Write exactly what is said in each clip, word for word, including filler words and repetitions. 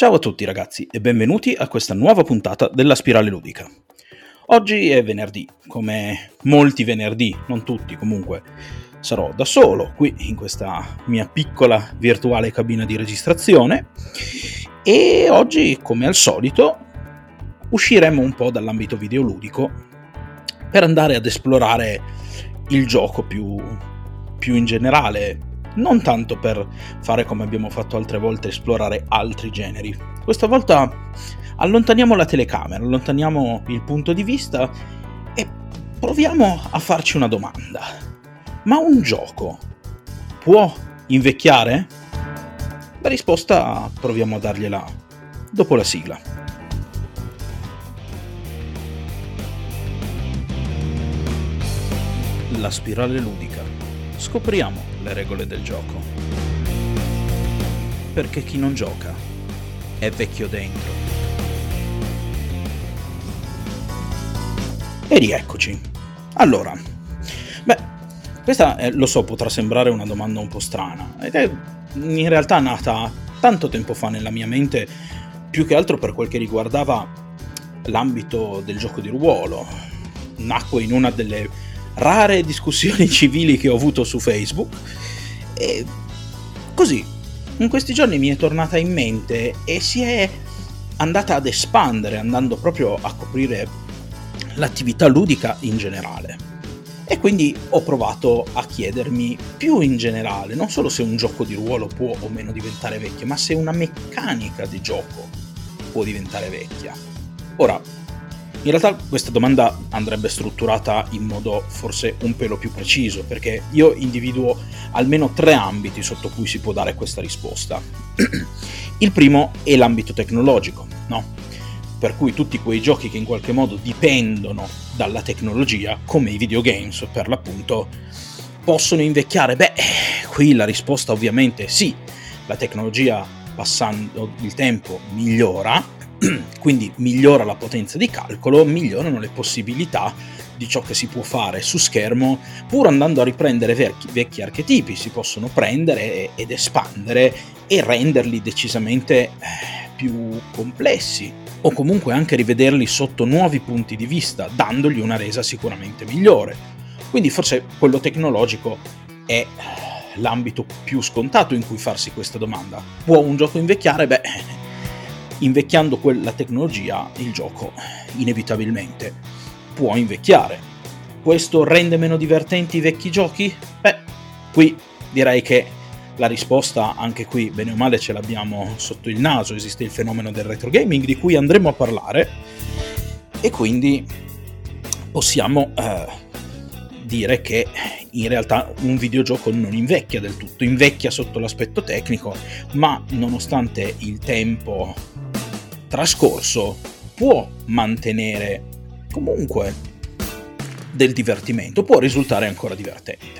Ciao a tutti ragazzi e benvenuti a questa nuova puntata della Spirale Ludica. Oggi è venerdì, come molti venerdì, non tutti comunque, sarò da solo qui in questa mia piccola virtuale cabina di registrazione e oggi, come al solito, usciremo un po' dall'ambito videoludico per andare ad esplorare il gioco più, più in generale. Non tanto per fare come abbiamo fatto altre volte, esplorare altri generi. Questa volta allontaniamo la telecamera, allontaniamo il punto di vista e proviamo a farci una domanda. Ma un gioco può invecchiare? La risposta proviamo a dargliela dopo la sigla. La Spirale Ludica. Scopriamo le regole del gioco. Perché chi non gioca è vecchio dentro. E rieccoci. Allora, beh, questa eh, lo so, potrà sembrare una domanda un po' strana, ed è in realtà nata tanto tempo fa nella mia mente, più che altro per quel che riguardava l'ambito del gioco di ruolo. Nacque in una delle rare discussioni civili che ho avuto su Facebook e così in questi giorni mi è tornata in mente e si è andata ad espandere, andando proprio a coprire l'attività ludica in generale. E quindi ho provato a chiedermi più in generale, non solo se un gioco di ruolo può o meno diventare vecchio, ma se una meccanica di gioco può diventare vecchia. Ora, in realtà questa domanda andrebbe strutturata in modo forse un pelo più preciso, perché io individuo almeno tre ambiti sotto cui si può dare questa risposta. Il primo è l'ambito tecnologico, no? Per cui tutti quei giochi che in qualche modo dipendono dalla tecnologia, come i videogames per l'appunto, possono invecchiare? Beh, qui la risposta ovviamente è sì. La tecnologia, passando il tempo, migliora, quindi migliora la potenza di calcolo, migliorano le possibilità di ciò che si può fare su schermo, pur andando a riprendere vecchi, vecchi archetipi. Si possono prendere ed espandere e renderli decisamente più complessi, o comunque anche rivederli sotto nuovi punti di vista, dandogli una resa sicuramente migliore. Quindi forse quello tecnologico è l'ambito più scontato in cui farsi questa domanda. Può un gioco invecchiare? Beh, invecchiando quella tecnologia, il gioco inevitabilmente può invecchiare. Questo rende meno divertenti i vecchi giochi? Beh, qui direi che la risposta, anche qui, bene o male, ce l'abbiamo sotto il naso. Esiste il fenomeno del retro gaming, di cui andremo a parlare, e quindi possiamo eh, dire che in realtà un videogioco non invecchia del tutto, invecchia sotto l'aspetto tecnico, ma nonostante il tempo trascorso può mantenere comunque del divertimento, può risultare ancora divertente.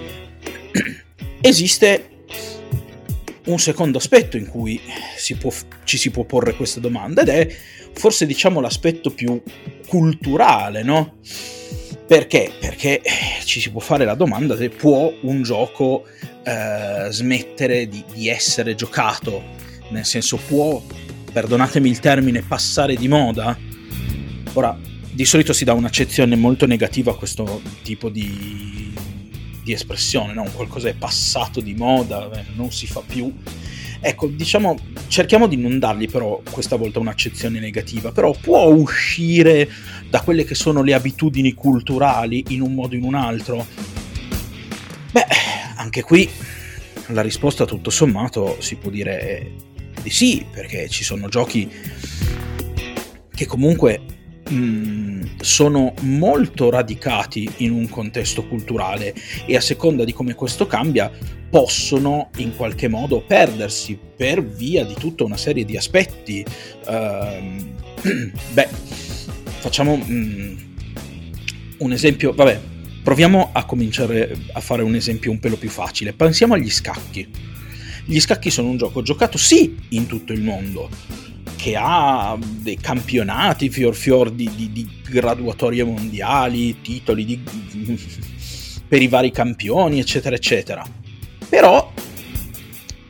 Esiste un secondo aspetto in cui si può, ci si può porre questa domanda, ed è forse, diciamo, l'aspetto più culturale, no? Perché? Perché ci si può fare la domanda se può un gioco eh, smettere di, di essere giocato, nel senso, può, perdonatemi il termine, passare di moda? Ora, di solito si dà un'accezione molto negativa a questo tipo di, di espressione, no? Qualcosa è passato di moda, non si fa più. Ecco, diciamo, cerchiamo di non dargli però questa volta un'accezione negativa, però può uscire da quelle che sono le abitudini culturali in un modo o in un altro? Beh, anche qui la risposta tutto sommato si può dire di sì, perché ci sono giochi che comunque mh, sono molto radicati in un contesto culturale e a seconda di come questo cambia possono in qualche modo perdersi per via di tutta una serie di aspetti. Uh, beh, facciamo mh, un esempio, vabbè, proviamo a cominciare a fare un esempio un pelo più facile. Pensiamo agli scacchi. Gli scacchi sono un gioco giocato sì in tutto il mondo, che ha dei campionati fior fior di, di, di graduatorie mondiali, titoli di, di, per i vari campioni, eccetera eccetera. Però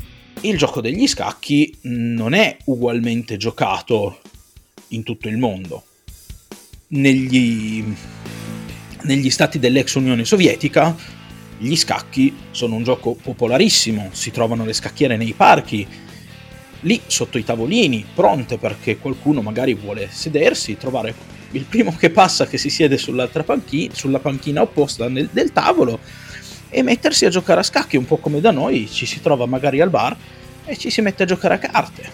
il gioco degli scacchi non è ugualmente giocato in tutto il mondo. Negli, negli stati dell'ex Unione Sovietica gli scacchi sono un gioco popolarissimo, si trovano le scacchiere nei parchi, lì sotto i tavolini, pronte perché qualcuno magari vuole sedersi, trovare il primo che passa che si siede sull'altra panchina, sulla panchina opposta nel, del tavolo, e mettersi a giocare a scacchi, un po' come da noi ci si trova magari al bar e ci si mette a giocare a carte.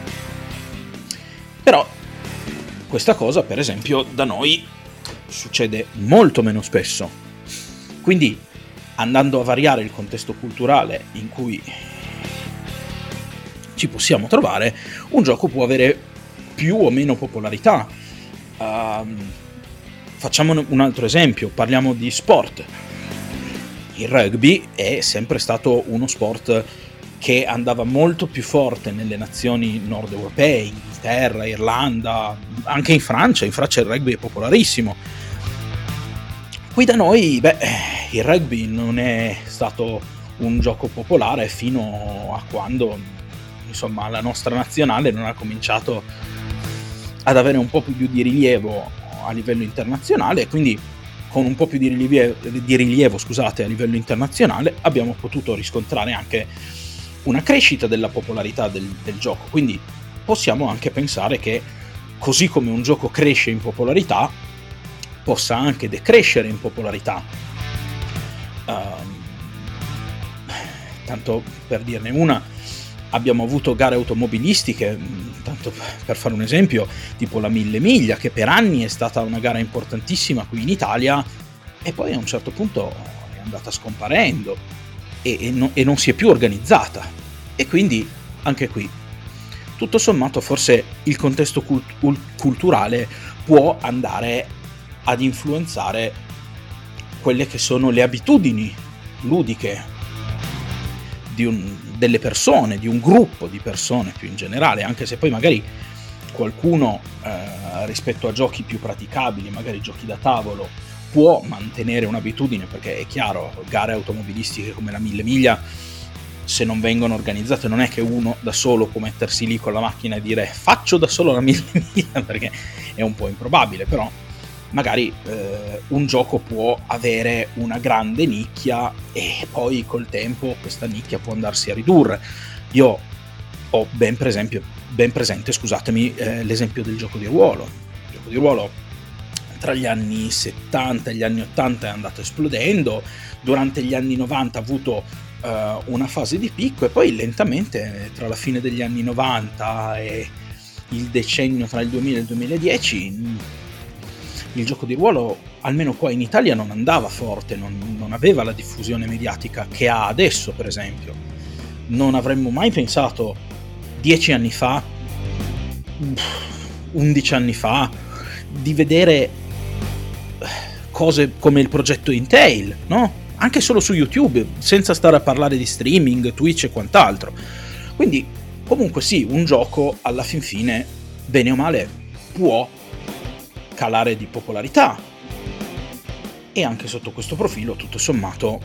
Però questa cosa, per esempio, da noi succede molto meno spesso. Quindi, andando a variare il contesto culturale in cui ci possiamo trovare, un gioco può avere più o meno popolarità. Uh, facciamo un altro esempio, parliamo di sport. Il rugby è sempre stato uno sport che andava molto più forte nelle nazioni nord europee, Inghilterra, Irlanda, anche in Francia. In Francia il rugby è popolarissimo. Qui da noi, beh, il rugby non è stato un gioco popolare fino a quando, insomma, la nostra nazionale non ha cominciato ad avere un po' più di rilievo a livello internazionale, e quindi con un po' più di rilievo, di rilievo scusate, a livello internazionale abbiamo potuto riscontrare anche una crescita della popolarità del, del gioco. Quindi possiamo anche pensare che, così come un gioco cresce in popolarità, possa anche decrescere in popolarità. Um, tanto per dirne una, abbiamo avuto gare automobilistiche, tanto per fare un esempio, tipo la Mille Miglia, che per anni è stata una gara importantissima qui in Italia, e poi a un certo punto è andata scomparendo e, e, no, e non si è più organizzata. E quindi anche qui, tutto sommato, forse il contesto cult- culturale può andare ad influenzare quelle che sono le abitudini ludiche di un, delle persone, di un gruppo di persone più in generale, anche se poi magari qualcuno eh, rispetto a giochi più praticabili, magari giochi da tavolo, può mantenere un'abitudine, perché è chiaro, gare automobilistiche come la Mille Miglia, se non vengono organizzate, non è che uno da solo può mettersi lì con la macchina e dire faccio da solo la Mille Miglia, perché è un po' improbabile. Però magari eh, un gioco può avere una grande nicchia e poi col tempo questa nicchia può andarsi a ridurre. Io ho ben, per esempio, ben presente, scusatemi, eh, l'esempio del gioco di ruolo. Il gioco di ruolo tra gli anni settanta e gli anni ottanta è andato esplodendo, durante gli anni novanta ha avuto eh, una fase di picco, e poi lentamente tra la fine degli anni novanta e il decennio tra il duemila e il duemiladieci il gioco di ruolo, almeno qua in Italia, non andava forte, non, non aveva la diffusione mediatica che ha adesso, per esempio. Non avremmo mai pensato dieci anni fa, undici anni fa, di vedere cose come il progetto Intel, no? Anche solo su YouTube, senza stare a parlare di streaming, Twitch e quant'altro. Quindi, comunque sì, un gioco alla fin fine, bene o male, può calare di popolarità, e anche sotto questo profilo, tutto sommato,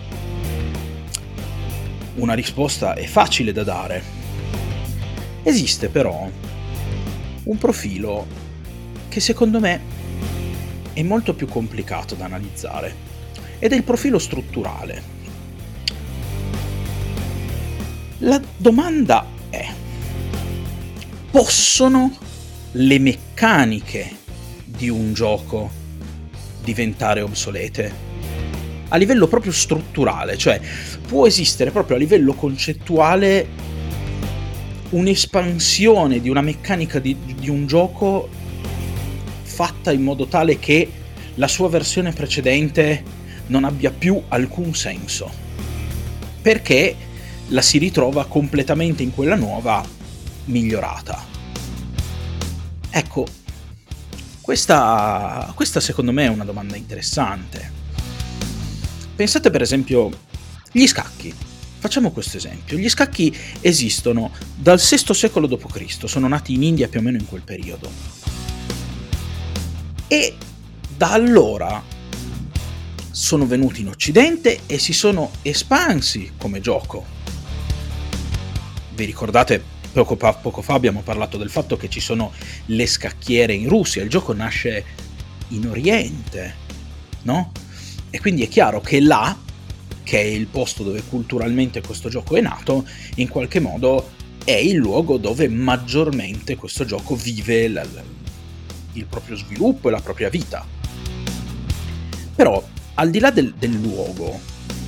una risposta è facile da dare. Esiste però un profilo che secondo me è molto più complicato da analizzare, ed è il profilo strutturale. La domanda è: possono le meccaniche di un gioco diventare obsolete? A livello proprio strutturale, cioè può esistere proprio a livello concettuale un'espansione di una meccanica di, di un gioco fatta in modo tale che la sua versione precedente non abbia più alcun senso, perché la si ritrova completamente in quella nuova migliorata? Ecco, Questa, questa secondo me è una domanda interessante. Pensate per esempio gli scacchi. Facciamo questo esempio. Gli scacchi esistono dal sesto secolo dopo Cristo, sono nati in India più o meno in quel periodo. E da allora sono venuti in Occidente e si sono espansi come gioco. vi ricordate, poco, pa- poco fa abbiamo parlato del fatto che ci sono le scacchiere in Russia, il gioco nasce in Oriente, no? E quindi è chiaro che là, che è il posto dove culturalmente questo gioco è nato, in qualche modo è il luogo dove maggiormente questo gioco vive la, la, il proprio sviluppo e la propria vita. Però, al di là del, del luogo,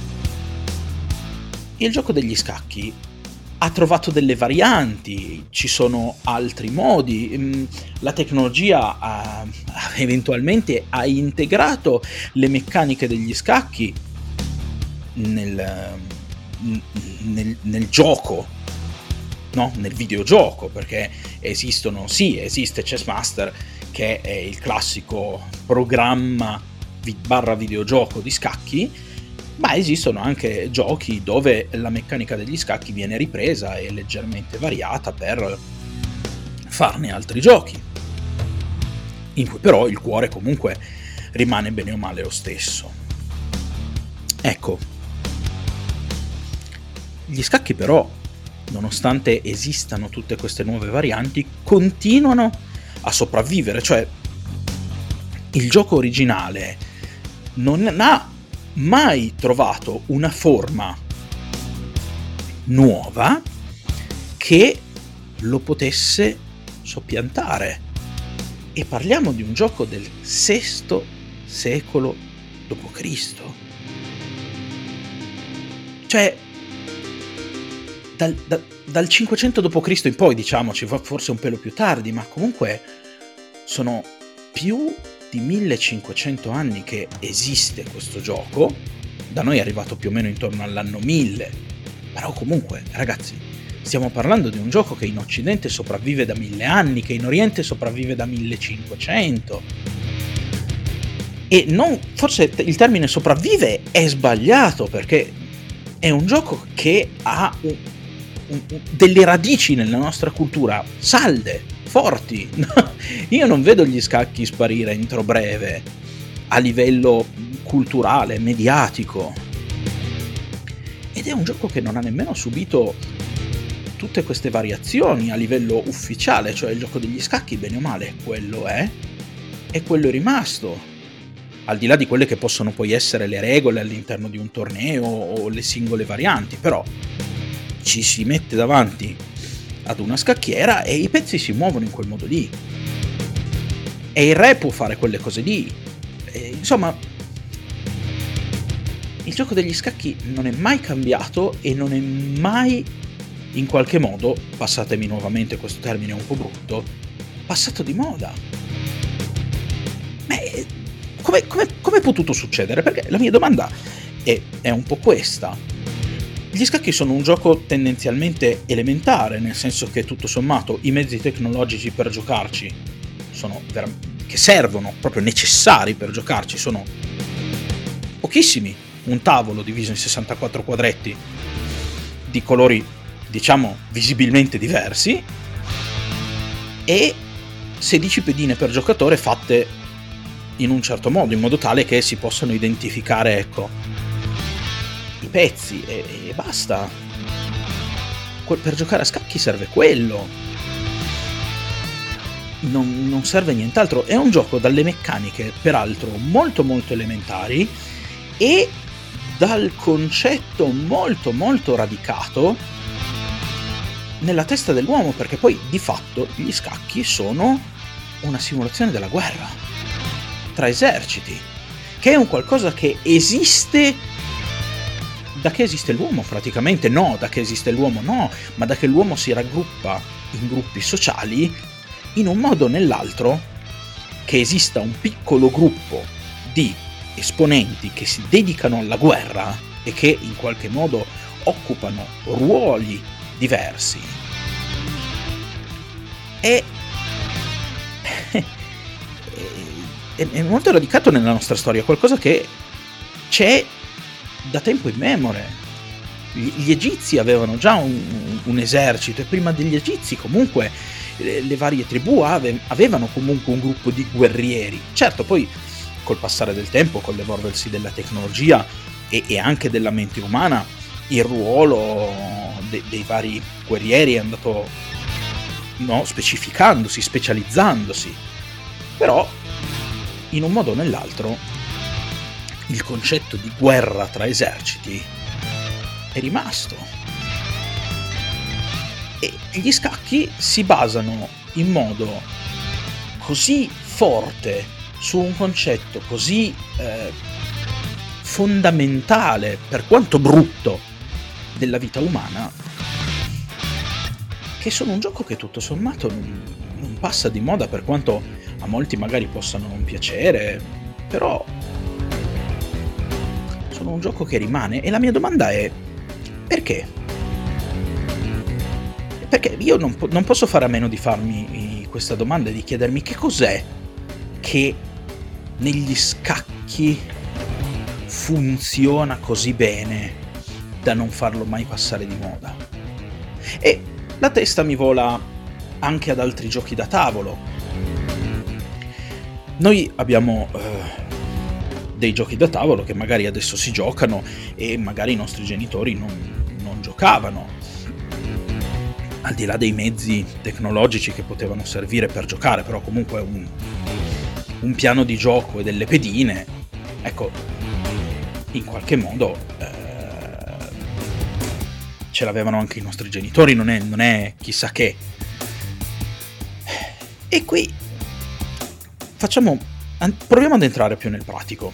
il gioco degli scacchi ha trovato delle varianti, ci sono altri modi, la tecnologia ha, eventualmente ha integrato le meccaniche degli scacchi nel, nel, nel gioco, no? Nel videogioco, perché esistono, sì, esiste Chessmaster, che è il classico programma barra videogioco di scacchi, ma esistono anche giochi dove la meccanica degli scacchi viene ripresa e leggermente variata per farne altri giochi, in cui però il cuore comunque rimane bene o male lo stesso. Ecco, gli scacchi però, nonostante esistano tutte queste nuove varianti, continuano a sopravvivere, cioè il gioco originale non ha mai trovato una forma nuova che lo potesse soppiantare. E parliamo di un gioco del sesto secolo dopo Cristo. Cioè, dal, da, dal cinquecento dopo Cristo in poi, diciamoci, forse un pelo più tardi, ma comunque sono più di millecinquecento anni che esiste questo gioco. Da noi è arrivato più o meno intorno all'anno mille, però comunque, ragazzi, stiamo parlando di un gioco che in Occidente sopravvive da mille anni, che in Oriente sopravvive da millecinquecento. E non, forse il termine sopravvive è sbagliato, perché è un gioco che ha un, un, delle radici nella nostra cultura salde, forti. Io non vedo gli scacchi sparire entro breve a livello culturale, mediatico, ed è un gioco che non ha nemmeno subito tutte queste variazioni a livello ufficiale, cioè il gioco degli scacchi, bene o male, quello è e quello è rimasto, al di là di quelle che possono poi essere le regole all'interno di un torneo o le singole varianti. Però ci si mette davanti ad una scacchiera e i pezzi si muovono in quel modo lì, e il re può fare quelle cose lì, e, insomma, il gioco degli scacchi non è mai cambiato e non è mai, in qualche modo, passatemi nuovamente questo termine un po' brutto, passato di moda. Beh, come, come, come è potuto succedere? Perché la mia domanda è, è un po' questa. Gli scacchi sono un gioco tendenzialmente elementare, nel senso che tutto sommato i mezzi tecnologici per giocarci sono ver- che servono, proprio necessari per giocarci, sono pochissimi. Un tavolo diviso in sessantaquattro quadretti di colori, diciamo, visibilmente diversi, e sedici pedine per giocatore fatte in un certo modo, in modo tale che si possano identificare, ecco, i pezzi, e, e basta. Per giocare a scacchi serve quello, non, non serve nient'altro. È un gioco dalle meccaniche peraltro molto molto elementari e dal concetto molto molto radicato nella testa dell'uomo, perché poi di fatto gli scacchi sono una simulazione della guerra tra eserciti, che è un qualcosa che esiste da che esiste l'uomo praticamente, no, da che esiste l'uomo no, ma da che l'uomo si raggruppa in gruppi sociali, in un modo o nell'altro, che esista un piccolo gruppo di esponenti che si dedicano alla guerra e che in qualche modo occupano ruoli diversi. E è molto radicato nella nostra storia, qualcosa che c'è da tempo immemore. Gli egizi avevano già un, un esercito, e prima degli egizi comunque le, le varie tribù ave, avevano comunque un gruppo di guerrieri. Certo, poi col passare del tempo, con l'evolversi della tecnologia e, e anche della mente umana, il ruolo de- dei vari guerrieri è andato, no, specificandosi, specializzandosi, però in un modo o nell'altro il concetto di guerra tra eserciti è rimasto. E gli scacchi si basano in modo così forte su un concetto così eh, fondamentale, per quanto brutto, della vita umana, che sono un gioco che tutto sommato non, non passa di moda, per quanto a molti magari possano non piacere, però sono un gioco che rimane. E la mia domanda è: perché? Perché io non, po- non posso fare a meno di farmi questa domanda e di chiedermi che cos'è che negli scacchi funziona così bene da non farlo mai passare di moda. E la testa mi vola anche ad altri giochi da tavolo. Noi abbiamo eh, dei giochi da tavolo che magari adesso si giocano e magari i nostri genitori non, non giocavano, al di là dei mezzi tecnologici che potevano servire per giocare, però comunque un, un piano di gioco e delle pedine, ecco, in qualche modo eh, ce l'avevano anche i nostri genitori, non è, non è chissà che. E qui facciamo, proviamo ad entrare più nel pratico.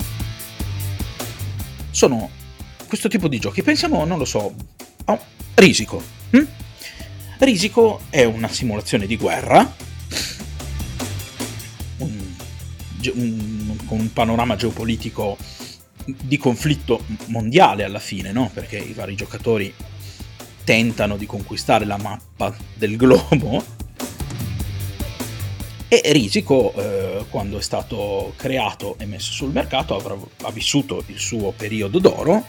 Sono questo tipo di giochi, pensiamo, non lo so, a Risico. Hm? Risico è una simulazione di guerra un, un, con un panorama geopolitico di conflitto mondiale alla fine, no? Perché i vari giocatori tentano di conquistare la mappa del globo. E Risico, eh, quando è stato creato e messo sul mercato, avrà, ha vissuto il suo periodo d'oro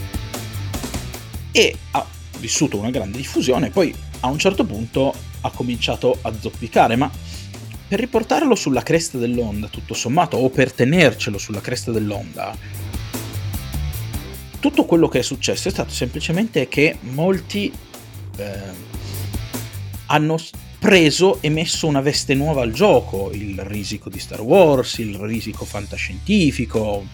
e ha vissuto una grande diffusione. Poi a un certo punto ha cominciato a zoppicare, ma per riportarlo sulla cresta dell'onda, tutto sommato, o per tenercelo sulla cresta dell'onda, tutto quello che è successo è stato semplicemente che molti eh, hanno preso e messo una veste nuova al gioco, il Risico di Star Wars, il Risico fantascientifico,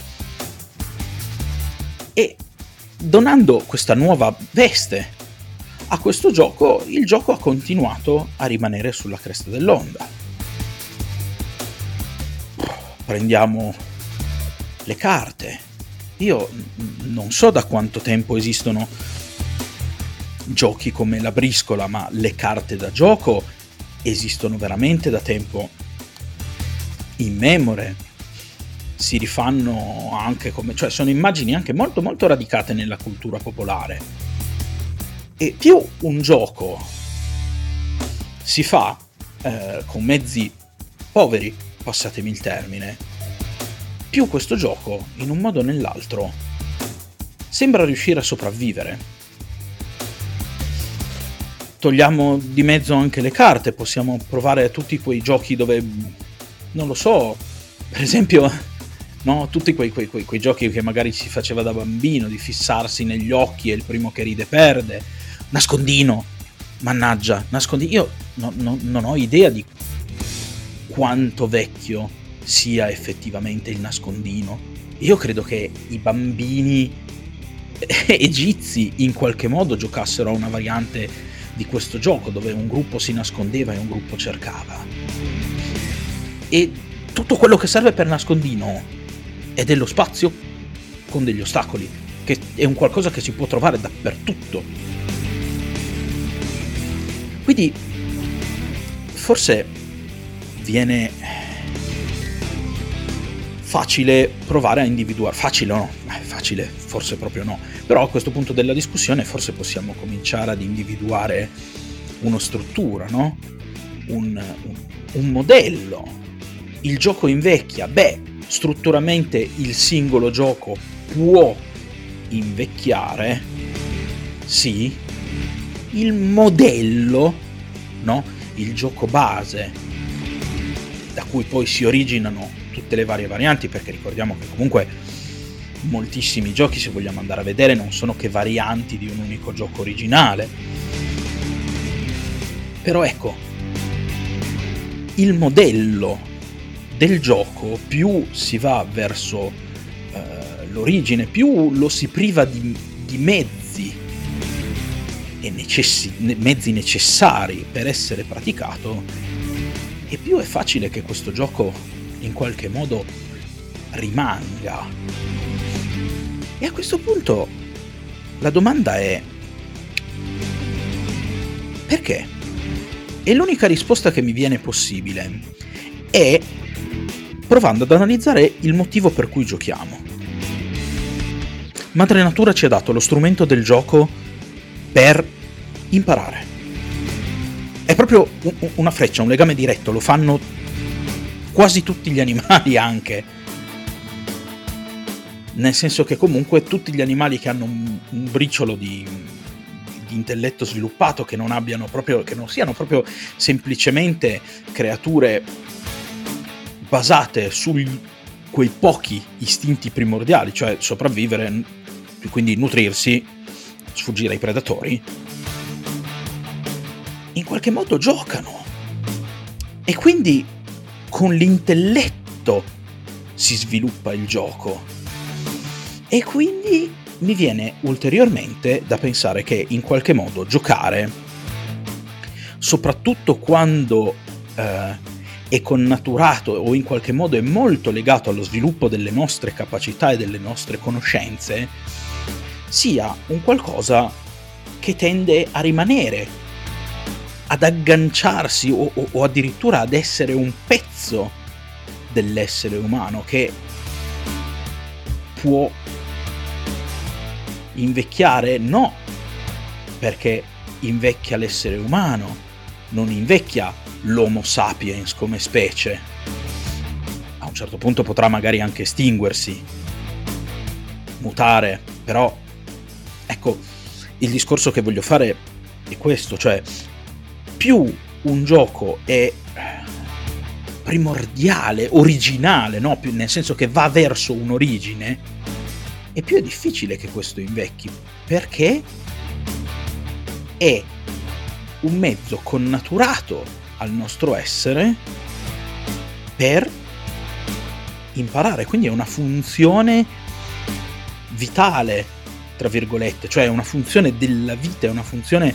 e donando questa nuova veste a questo gioco, il gioco ha continuato a rimanere sulla cresta dell'onda. Prendiamo le carte. Io non so da quanto tempo esistono giochi come la briscola, ma le carte da gioco esistono veramente da tempo immemore. Si rifanno anche come, cioè sono immagini anche molto molto radicate nella cultura popolare. E più un gioco si fa eh, con mezzi poveri, passatemi il termine, più questo gioco, in un modo o nell'altro, sembra riuscire a sopravvivere. Togliamo di mezzo anche le carte, possiamo provare tutti quei giochi dove, non lo so, per esempio, no, tutti quei, quei, quei, quei giochi che magari si faceva da bambino, di fissarsi negli occhi e il primo che ride perde. Nascondino, mannaggia, nascondino. Io no, no, non ho idea di quanto vecchio sia effettivamente il nascondino. Io credo che i bambini egizi in qualche modo giocassero a una variante di questo gioco, dove un gruppo si nascondeva e un gruppo cercava. E tutto quello che serve per nascondino è dello spazio con degli ostacoli, che è un qualcosa che si può trovare dappertutto. Quindi forse viene facile provare a individuare, facile o no? Eh, facile forse proprio no, però a questo punto della discussione forse possiamo cominciare ad individuare una struttura, no? Un, un, un modello. Il gioco invecchia, beh, strutturalmente il singolo gioco può invecchiare, sì. Il modello, no? Il gioco base, da cui poi si originano tutte le varie varianti, perché ricordiamo che comunque moltissimi giochi, se vogliamo andare a vedere, non sono che varianti di un unico gioco originale. Però ecco, il modello del gioco, più si va verso eh, l'origine, più lo si priva di, di mezzi e necessi- mezzi necessari per essere praticato, e più è facile che questo gioco in qualche modo rimanga. E a questo punto la domanda è: perché? E l'unica risposta che mi viene possibile è provando ad analizzare il motivo per cui giochiamo. Madre Natura ci ha dato lo strumento del gioco per imparare. È proprio una freccia, un legame diretto, lo fanno quasi tutti gli animali anche. Nel senso che comunque tutti gli animali che hanno un, un briciolo di, di intelletto sviluppato, che non abbiano proprio, che non siano proprio semplicemente creature basate su quei pochi istinti primordiali, cioè sopravvivere, quindi nutrirsi, sfuggire ai predatori, in qualche modo giocano. E quindi con l'intelletto si sviluppa il gioco. E quindi mi viene ulteriormente da pensare che in qualche modo giocare, soprattutto quando eh, è connaturato o in qualche modo è molto legato allo sviluppo delle nostre capacità e delle nostre conoscenze, sia un qualcosa che tende a rimanere, ad agganciarsi o, o, o addirittura ad essere un pezzo dell'essere umano che può invecchiare, no perché invecchia l'essere umano, non invecchia l'Homo sapiens come specie. A un certo punto potrà magari anche estinguersi, mutare, però ecco, il discorso che voglio fare è questo, cioè più un gioco è primordiale, originale, no? Più, nel senso che va verso un'origine, e più è difficile che questo invecchi, perché è un mezzo connaturato al nostro essere per imparare, quindi è una funzione vitale, tra virgolette, cioè è una funzione della vita, è una funzione,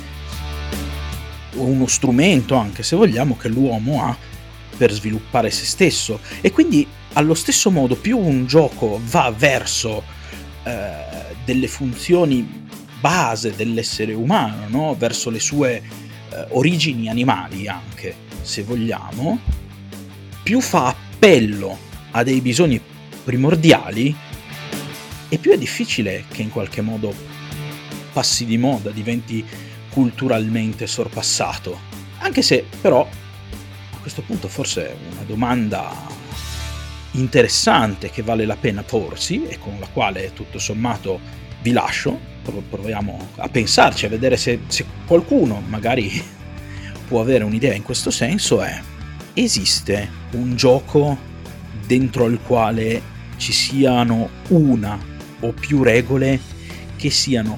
uno strumento anche se vogliamo, che l'uomo ha per sviluppare se stesso. E quindi allo stesso modo più un gioco va verso eh, delle funzioni base dell'essere umano, no? Verso le sue eh, origini animali anche, se vogliamo, più fa appello a dei bisogni primordiali e più è difficile che in qualche modo passi di moda, diventi culturalmente sorpassato. Anche se però a questo punto forse è una domanda interessante che vale la pena porsi e con la quale tutto sommato vi lascio, proviamo a pensarci, a vedere se, se qualcuno magari può avere un'idea in questo senso. È: esiste un gioco dentro al quale ci siano una o più regole che siano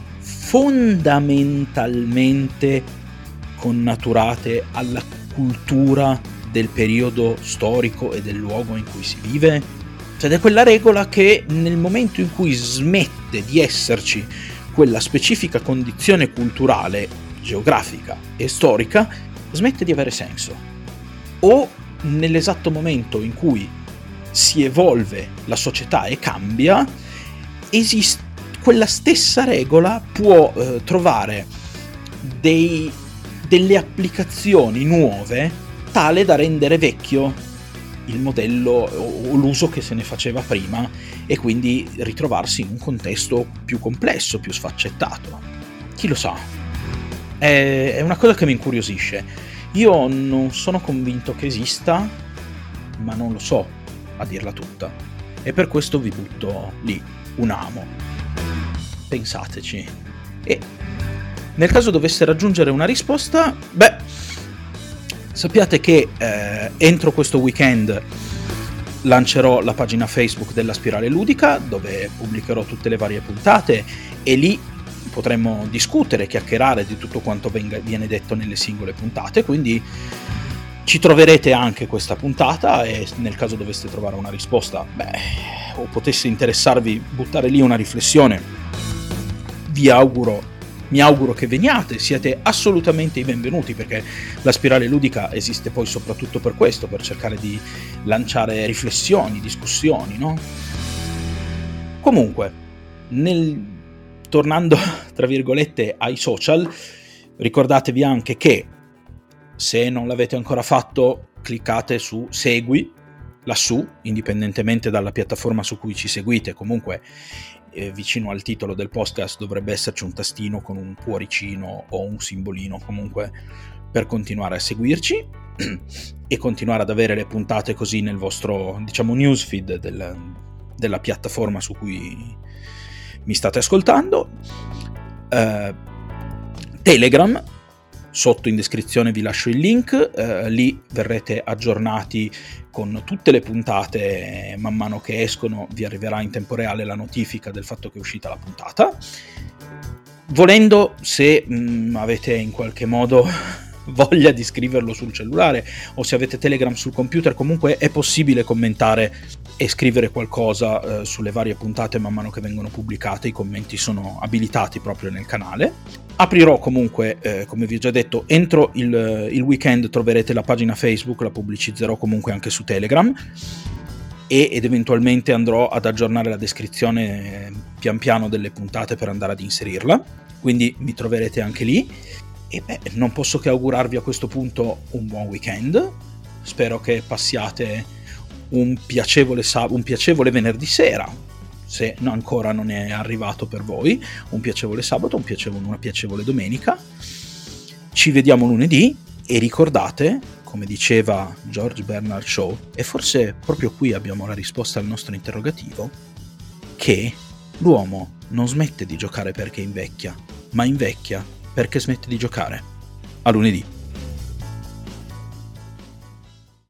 fondamentalmente connaturate alla cultura del periodo storico e del luogo in cui si vive? Cioè è quella regola che nel momento in cui smette di esserci quella specifica condizione culturale, geografica e storica, smette di avere senso. O nell'esatto momento in cui si evolve la società e cambia, esiste quella stessa regola può eh, trovare dei, delle applicazioni nuove tale da rendere vecchio il modello o l'uso che se ne faceva prima e quindi ritrovarsi in un contesto più complesso, più sfaccettato. Chi lo sa? È, è una cosa che mi incuriosisce. Io non sono convinto che esista, ma non lo so, a dirla tutta. E per questo vi butto lì un amo. Pensateci. E nel caso dovesse raggiungere una risposta, beh, sappiate che eh, entro questo weekend lancerò la pagina Facebook della Spirale Ludica, dove pubblicherò tutte le varie puntate, e lì potremmo discutere, chiacchierare di tutto quanto venga, viene detto nelle singole puntate, quindi ci troverete anche questa puntata, e nel caso doveste trovare una risposta, beh, o potesse interessarvi buttare lì una riflessione, vi auguro mi auguro che veniate, siete assolutamente i benvenuti, perché la Spirale Ludica esiste poi soprattutto per questo, per cercare di lanciare riflessioni, discussioni, no? Comunque, nel... tornando tra virgolette ai social, ricordatevi anche che se non l'avete ancora fatto, cliccate su segui lassù, indipendentemente dalla piattaforma su cui ci seguite. Comunque eh, vicino al titolo del podcast dovrebbe esserci un tastino con un cuoricino o un simbolino, comunque, per continuare a seguirci e continuare ad avere le puntate così nel vostro, diciamo, newsfeed del, della piattaforma su cui mi state ascoltando. eh, Telegram, sotto in descrizione vi lascio il link, eh, lì verrete aggiornati con tutte le puntate. Man mano che escono vi arriverà in tempo reale la notifica del fatto che è uscita la puntata. Volendo, se mh, avete in qualche modo voglia di scriverlo sul cellulare, o se avete Telegram sul computer, comunque è possibile commentare e scrivere qualcosa eh, sulle varie puntate man mano che vengono pubblicate. I commenti sono abilitati proprio nel canale. Aprirò comunque, eh, come vi ho già detto, entro il, il weekend troverete la pagina Facebook, la pubblicizzerò comunque anche su Telegram, e, ed eventualmente andrò ad aggiornare la descrizione eh, pian piano delle puntate per andare ad inserirla, quindi mi troverete anche lì. E beh, non posso che augurarvi a questo punto un buon weekend. Spero che passiate un piacevole, sab- un piacevole venerdì sera, se ancora non è arrivato per voi, un piacevole sabato, un piacevole, una piacevole domenica. Ci vediamo lunedì, e ricordate, come diceva George Bernard Shaw, e forse proprio qui abbiamo la risposta al nostro interrogativo, che l'uomo non smette di giocare perché invecchia, ma invecchia perché smette di giocare. A lunedì.